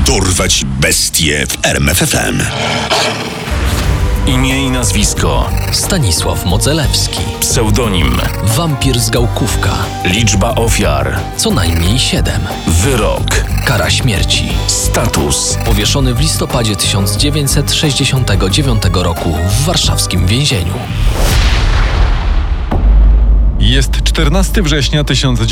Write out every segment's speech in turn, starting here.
Dorwać bestie w RMF FM. Imię i nazwisko: Stanisław Modzelewski. pseudonim, Wampir z Gałkówka. liczba ofiar, Co najmniej 7. wyrok, Kara śmierci. status, Powieszony w listopadzie 1969 roku w warszawskim więzieniu. Jest 14 września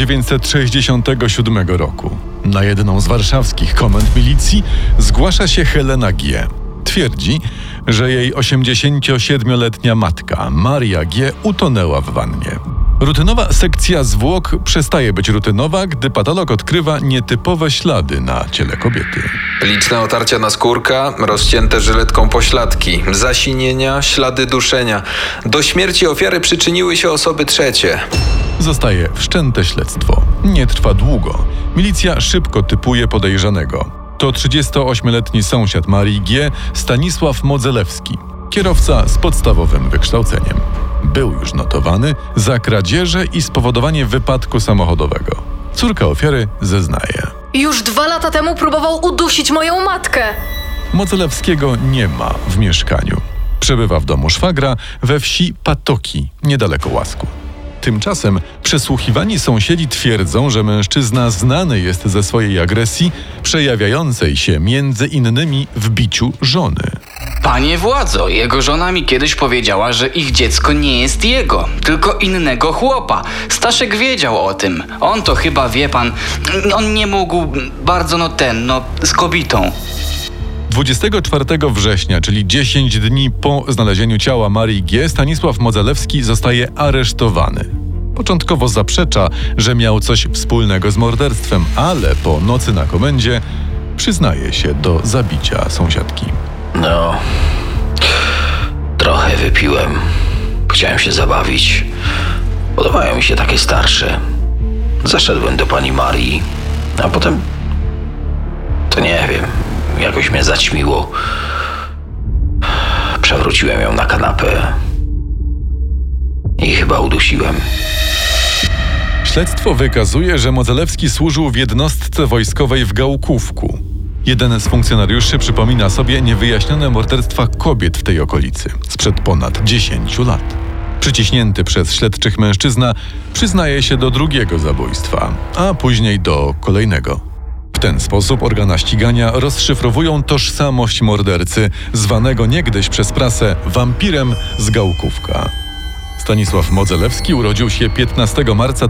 1967 roku. Na jedną z warszawskich komend milicji zgłasza się Helena G. Twierdzi, że jej 87-letnia matka, Maria G., utonęła w wannie. Rutynowa sekcja zwłok przestaje być rutynowa, gdy patolog odkrywa nietypowe ślady na ciele kobiety. Liczne otarcia na skórka, rozcięte żyletką pośladki, zasinienia, ślady duszenia. Do śmierci ofiary przyczyniły się osoby trzecie. Zostaje wszczęte śledztwo. Nie trwa długo. Milicja szybko typuje podejrzanego. To 38-letni sąsiad Marii G., Stanisław Modzelewski. Kierowca z podstawowym wykształceniem. Był już notowany za kradzieże i spowodowanie wypadku samochodowego. Córka ofiary zeznaje. Już 2 lata temu próbował udusić moją matkę. Modzelewskiego nie ma w mieszkaniu. Przebywa w domu szwagra we wsi Patoki, niedaleko Łasku. Tymczasem przesłuchiwani sąsiedzi twierdzą, że mężczyzna znany jest ze swojej agresji, przejawiającej się między innymi w biciu żony. Panie władzo, jego żona mi kiedyś powiedziała, że ich dziecko nie jest jego, tylko innego chłopa. Staszek wiedział o tym. On to chyba, wie pan, on nie mógł bardzo, z kobietą. 24 września, czyli 10 dni po znalezieniu ciała Marii G., Stanisław Modzelewski zostaje aresztowany. Początkowo zaprzecza, że miał coś wspólnego z morderstwem, ale po nocy na komendzie przyznaje się do zabicia sąsiadki. No, trochę wypiłem. Chciałem się zabawić. Podobają mi się takie starsze. Zaszedłem do pani Marii, a potem... to nie wiem, jakoś mnie zaćmiło. Przewróciłem ją na kanapę i chyba udusiłem. Śledztwo wykazuje, że Modzelewski służył w jednostce wojskowej w Gałkówku. Jeden z funkcjonariuszy przypomina sobie niewyjaśnione morderstwa kobiet w tej okolicy sprzed ponad 10 lat. Przyciśnięty przez śledczych mężczyzna przyznaje się do drugiego zabójstwa, a później do kolejnego. W ten sposób organa ścigania rozszyfrowują tożsamość mordercy, zwanego niegdyś przez prasę wampirem z Gałkówka. Stanisław Modzelewski urodził się 15 marca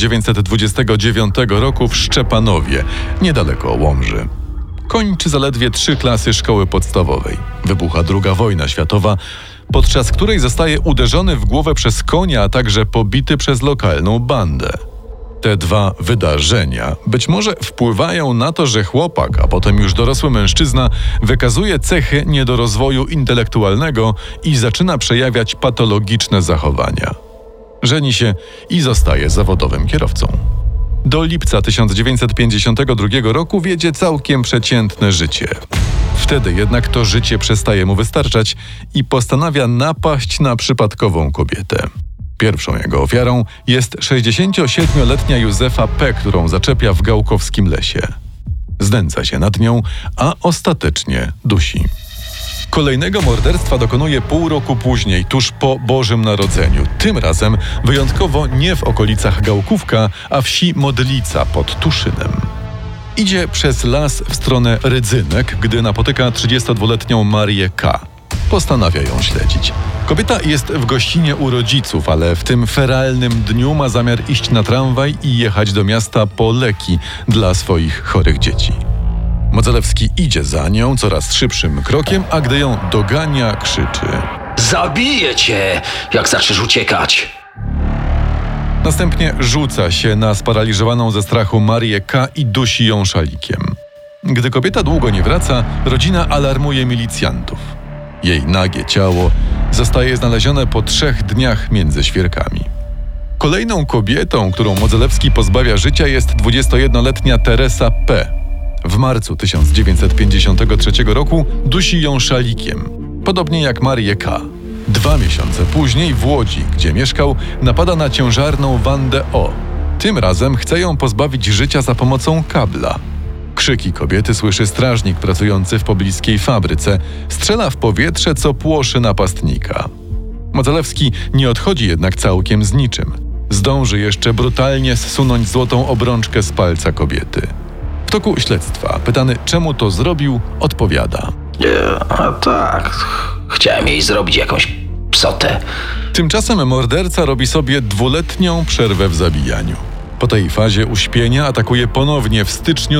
1929 roku w Szczepanowie, niedaleko Łomży. Kończy zaledwie 3 klasy szkoły podstawowej. Wybucha II wojna światowa, podczas której zostaje uderzony w głowę przez konia, a także pobity przez lokalną bandę. Te 2 wydarzenia być może wpływają na to, że chłopak, a potem już dorosły mężczyzna, wykazuje cechy niedorozwoju intelektualnego i zaczyna przejawiać patologiczne zachowania. Żeni się i zostaje zawodowym kierowcą. Do lipca 1952 roku wiedzie całkiem przeciętne życie. Wtedy jednak to życie przestaje mu wystarczać i postanawia napaść na przypadkową kobietę. Pierwszą jego ofiarą jest 67-letnia Józefa P., którą zaczepia w gałkowskim lesie. Znęca się nad nią, a ostatecznie dusi. Kolejnego morderstwa dokonuje pół roku później, tuż po Bożym Narodzeniu. Tym razem wyjątkowo nie w okolicach Gałkówka, a wsi Modlica pod Tuszynem. Idzie przez las w stronę Rydzynek, gdy napotyka 32-letnią Marię K. Postanawia ją śledzić. Kobieta jest w gościnie u rodziców, ale w tym feralnym dniu ma zamiar iść na tramwaj i jechać do miasta po leki dla swoich chorych dzieci. Modzelewski idzie za nią coraz szybszym krokiem, a gdy ją dogania, krzyczy: Zabiję cię, jak zaczniesz uciekać! Następnie rzuca się na sparaliżowaną ze strachu Marię K. i dusi ją szalikiem. Gdy kobieta długo nie wraca, rodzina alarmuje milicjantów. Jej nagie ciało zostaje znalezione po 3 dniach między świerkami. Kolejną kobietą, którą Modzelewski pozbawia życia, jest 21-letnia Teresa P. W marcu 1953 roku dusi ją szalikiem, podobnie jak Marię K. 2 miesiące później w Łodzi, gdzie mieszkał, napada na ciężarną Wandę O. Tym razem chce ją pozbawić życia za pomocą kabla. Krzyki kobiety słyszy strażnik pracujący w pobliskiej fabryce. Strzela w powietrze, co płoszy napastnika. Modzelewski nie odchodzi jednak całkiem z niczym. Zdąży jeszcze brutalnie zsunąć złotą obrączkę z palca kobiety. W toku śledztwa, pytany czemu to zrobił, odpowiada. Tak, chciałem jej zrobić jakąś psotę. Tymczasem morderca robi sobie 2-letnią przerwę w zabijaniu. Po tej fazie uśpienia atakuje ponownie w styczniu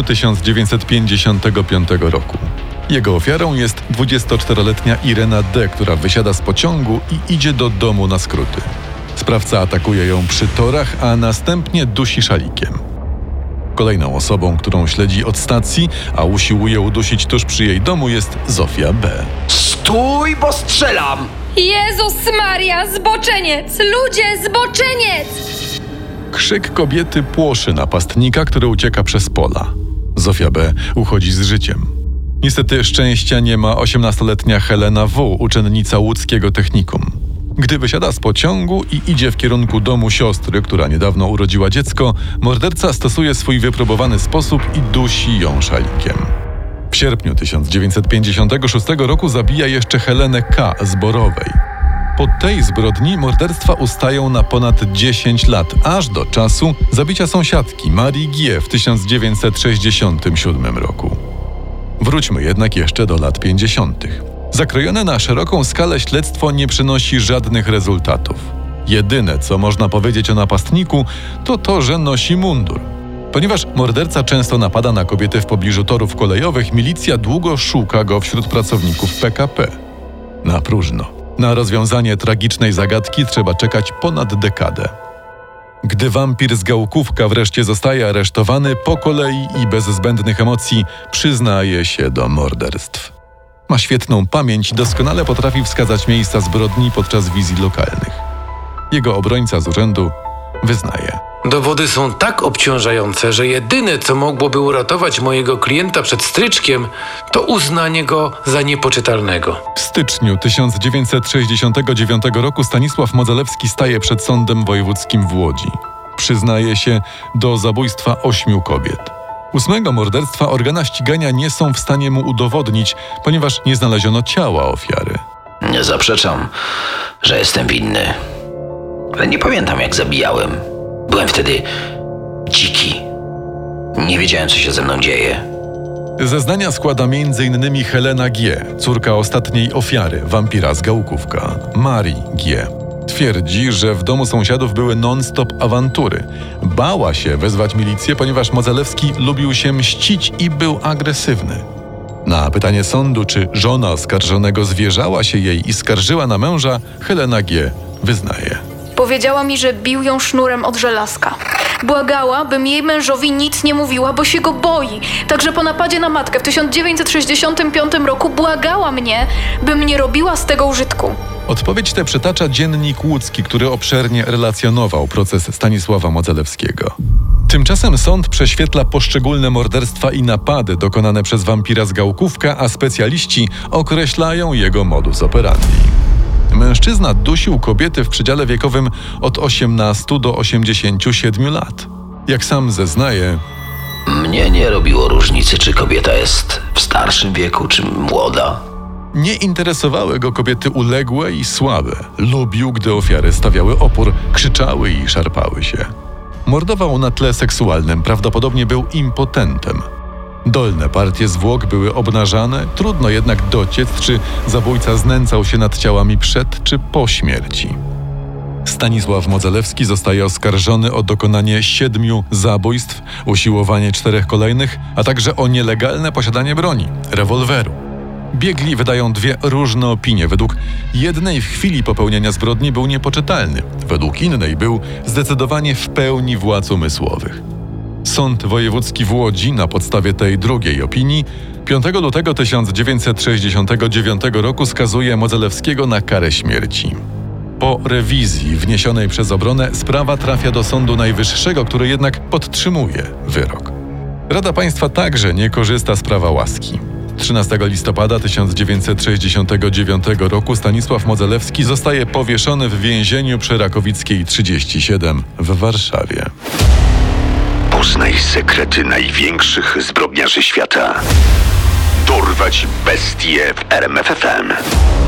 1955 roku. Jego ofiarą jest 24-letnia Irena D., która wysiada z pociągu i idzie do domu na skróty. Sprawca atakuje ją przy torach, a następnie dusi szalikiem. Kolejną osobą, którą śledzi od stacji, a usiłuje udusić tuż przy jej domu, jest Zofia B. Stój, bo strzelam! Jezus Maria, zboczeniec! Ludzie, zboczeniec! Krzyk kobiety płoszy napastnika, który ucieka przez pola. Zofia B. uchodzi z życiem. Niestety szczęścia nie ma 18-letnia Helena W., uczennica łódzkiego technikum. Gdy wysiada z pociągu i idzie w kierunku domu siostry, która niedawno urodziła dziecko, morderca stosuje swój wypróbowany sposób i dusi ją szalikiem. W sierpniu 1956 roku zabija jeszcze Helenę K. z Borowej. Po tej zbrodni morderstwa ustają na ponad 10 lat, aż do czasu zabicia sąsiadki Marii G. w 1967 roku. Wróćmy jednak jeszcze do lat 50. Zakrojone na szeroką skalę śledztwo nie przynosi żadnych rezultatów. Jedyne, co można powiedzieć o napastniku, to to, że nosi mundur. Ponieważ morderca często napada na kobiety w pobliżu torów kolejowych, milicja długo szuka go wśród pracowników PKP. Na próżno. Na rozwiązanie tragicznej zagadki trzeba czekać ponad dekadę. Gdy wampir z Gałkówka wreszcie zostaje aresztowany, po kolei i bez zbędnych emocji przyznaje się do morderstw. Ma świetną pamięć i doskonale potrafi wskazać miejsca zbrodni podczas wizji lokalnych. Jego obrońca z urzędu wyznaje. Dowody są tak obciążające, że jedyne, co mogłoby uratować mojego klienta przed stryczkiem, to uznanie go za niepoczytalnego. W styczniu 1969 roku Stanisław Modzelewski staje przed Sądem Wojewódzkim w Łodzi. Przyznaje się do zabójstwa 8 kobiet. 8 morderstwa organa ścigania nie są w stanie mu udowodnić, ponieważ nie znaleziono ciała ofiary. Nie zaprzeczam, że jestem winny. Ale nie pamiętam, jak zabijałem. Byłem wtedy dziki. Nie wiedziałem, co się ze mną dzieje. Zeznania składa m.in. Helena G., córka ostatniej ofiary, wampira z Gałkówka, Marii G. Twierdzi, że w domu sąsiadów były non-stop awantury. Bała się wezwać milicję, ponieważ Modzelewski lubił się mścić i był agresywny. Na pytanie sądu, czy żona oskarżonego zwierzała się jej i skarżyła na męża, Helena G. wyznaje. Powiedziała mi, że bił ją sznurem od żelazka. Błagała, bym jej mężowi nic nie mówiła, bo się go boi. Także po napadzie na matkę w 1965 roku błagała mnie, bym nie robiła z tego użytku. Odpowiedź tę przytacza Dziennik Łódzki, który obszernie relacjonował proces Stanisława Modzelewskiego. Tymczasem sąd prześwietla poszczególne morderstwa i napady dokonane przez wampira z Gałkówka, a specjaliści określają jego modus operandi. Mężczyzna dusił kobiety w przedziale wiekowym od 18 do 87 lat. Jak sam zeznaje, mnie nie robiło różnicy, czy kobieta jest w starszym wieku, czy młoda. Nie interesowały go kobiety uległe i słabe. Lubił, gdy ofiary stawiały opór, krzyczały i szarpały się. Mordował na tle seksualnym, prawdopodobnie był impotentem. Dolne partie zwłok były obnażane, trudno jednak dociec, czy zabójca znęcał się nad ciałami przed czy po śmierci. Stanisław Modzelewski zostaje oskarżony o dokonanie 7 zabójstw, usiłowanie 4 kolejnych, a także o nielegalne posiadanie broni, rewolweru. Biegli wydają 2 różne opinie. Według jednej w chwili popełnienia zbrodni był niepoczytalny, według innej był zdecydowanie w pełni władz umysłowych. Sąd Wojewódzki w Łodzi na podstawie tej drugiej opinii 5 lutego 1969 roku skazuje Modzelewskiego na karę śmierci. Po rewizji wniesionej przez obronę sprawa trafia do Sądu Najwyższego, który jednak podtrzymuje wyrok. Rada Państwa także nie korzysta z prawa łaski. 13 listopada 1969 roku Stanisław Modzelewski zostaje powieszony w więzieniu przy Rakowickiej 37 w Warszawie. Poznaj sekrety największych zbrodniarzy świata. Dorwać bestie w RMF FM.